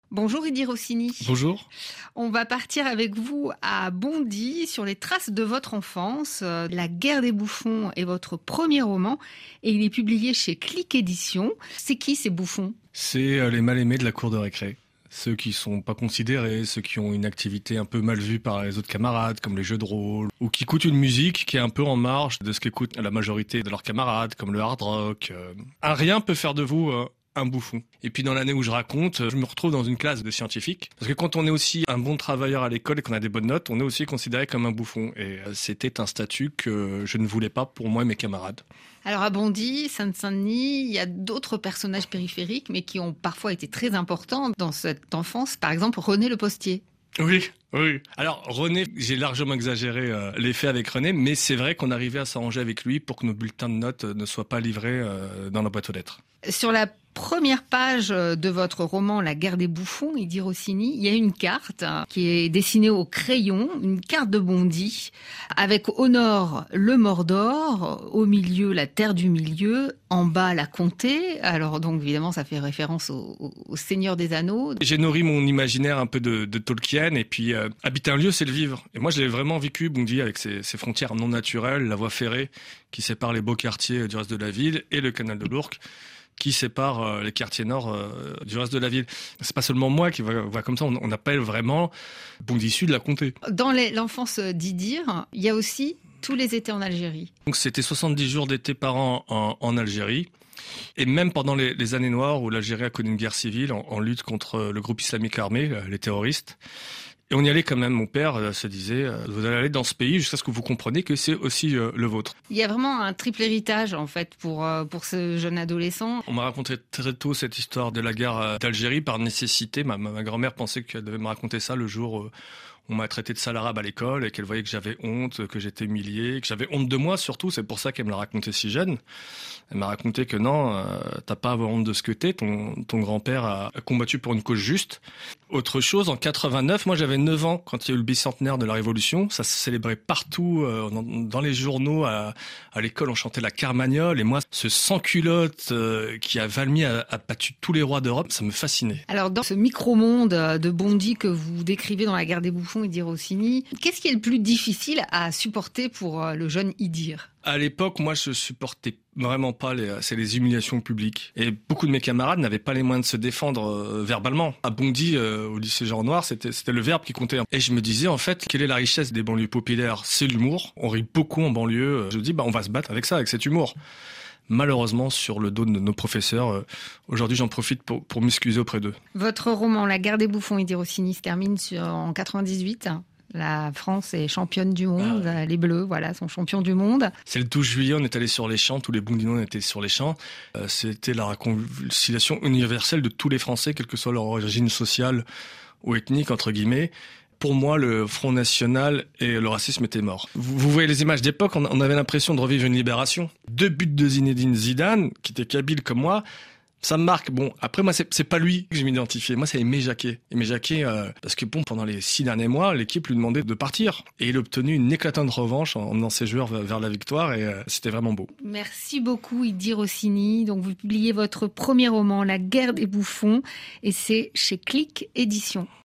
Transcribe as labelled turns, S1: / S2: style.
S1: Bonjour Idi Rossini.
S2: Bonjour.
S1: On va partir avec vous à Bondy sur les traces de votre enfance. La guerre des bouffons est votre premier roman et il est publié chez Click Éditions. C'est qui ces bouffons ?
S2: C'est les mal-aimés de la cour de récré. Ceux qui sont pas considérés, ceux qui ont une activité un peu mal vue par les autres camarades, comme les jeux de rôle, ou qui écoutent une musique qui est un peu en marge de ce qu'écoute la majorité de leurs camarades, comme le hard rock. Un rien peut faire de vous un bouffon. Et puis dans l'année où je raconte, je me retrouve dans une classe de scientifiques. Parce que quand on est aussi un bon travailleur à l'école et qu'on a des bonnes notes, on est aussi considéré comme un bouffon. Et c'était un statut que je ne voulais pas pour moi et mes camarades.
S1: Alors à Bondy, Seine-Saint-Denis, il y a d'autres personnages périphériques, mais qui ont parfois été très importants dans cette enfance. Par exemple, René Le Postier.
S2: Oui. Alors René, j'ai largement exagéré les faits avec René, mais c'est vrai qu'on arrivait à s'arranger avec lui pour que nos bulletins de notes ne soient pas livrés dans la boîte aux lettres.
S1: Sur la première page de votre roman La guerre des bouffons, Idi Rossini, il y a une carte qui est dessinée au crayon, une carte de Bondy, avec au nord le Mordor, au milieu la terre du milieu, en bas la comté. Alors donc évidemment ça fait référence au Seigneur des Anneaux.
S2: J'ai nourri mon imaginaire un peu de Tolkien et puis habiter un lieu c'est le vivre. Et moi je l'ai vraiment vécu Bondy avec ses frontières non naturelles, la voie ferrée qui sépare les beaux quartiers du reste de la ville et le canal de l'Ourcq qui sépare les quartiers nord du reste de la ville. C'est pas seulement moi qui va comme ça, on appelle vraiment Bondy Sud la comté.
S1: Dans l'enfance d'Idir, il y a aussi tous les étés en Algérie.
S2: Donc c'était 70 jours d'été par an en Algérie. Et même pendant les années noires où l'Algérie a connu une guerre civile en lutte contre le groupe islamique armé, les terroristes. Et on y allait quand même, mon père se disait, vous allez aller dans ce pays jusqu'à ce que vous compreniez que c'est aussi le vôtre.
S1: Il y a vraiment un triple héritage en fait pour ce jeune adolescent.
S2: On m'a raconté très tôt cette histoire de la guerre d'Algérie par nécessité. Ma grand-mère pensait qu'elle devait me raconter ça le jour où on m'a traité de sale arabe à l'école et qu'elle voyait que j'avais honte, que j'étais humilié, que j'avais honte de moi surtout. C'est pour ça qu'elle me l'a raconté si jeune. Elle m'a raconté que non, t'as pas à avoir honte de ce que t'es. Ton grand-père a combattu pour une cause juste. Autre chose, en 89, moi j'avais 9 ans quand il y a eu le bicentenaire de la Révolution. Ça se célébrait partout, dans les journaux, à l'école on chantait la Carmagnole. Et moi, ce sans-culotte qui a Valmy a battu tous les rois d'Europe, ça me fascinait.
S1: Alors dans ce micro-monde de Bondy que vous décrivez dans La guerre des bouffons, Idi Rossini, qu'est-ce qui est le plus difficile à supporter pour le jeune Idir ?
S2: À l'époque, moi, je supportais vraiment pas les humiliations publiques. Et beaucoup de mes camarades n'avaient pas les moyens de se défendre verbalement. À Bondy, au lycée Jean Noir, c'était le verbe qui comptait. Et je me disais, en fait, quelle est la richesse des banlieues populaires ? C'est l'humour. On rit beaucoup en banlieue. Je me dis, on va se battre avec ça, avec cet humour. Malheureusement, sur le dos de nos professeurs, aujourd'hui, j'en profite pour m'excuser auprès d'eux.
S1: Votre roman La guerre des bouffons, Idi Rossini, se termine en 98. La France est championne du monde. Les Bleus, sont champions du monde.
S2: C'est le 12 juillet, on est allé sur les champs, tous les Bondinois étaient sur les champs. C'était la réconciliation universelle de tous les Français, quelle que soit leur origine sociale ou ethnique, entre guillemets. Pour moi, le Front National et le racisme étaient morts. Vous voyez les images d'époque, on avait l'impression de revivre une libération. 2 buts de Zinedine Zidane, qui était kabyle comme moi, ça me marque. Bon, après moi, c'est pas lui que je m'identifiais. Moi, c'est Aimé Jacquet. Aimé Jacquet, parce que pendant les 6 derniers mois, l'équipe lui demandait de partir. Et il a obtenu une éclatante revanche en emmenant ses joueurs vers la victoire et c'était vraiment beau.
S1: Merci beaucoup, Idi Rossini. Donc, vous publiez votre premier roman, La guerre des bouffons, et c'est chez Click Éditions.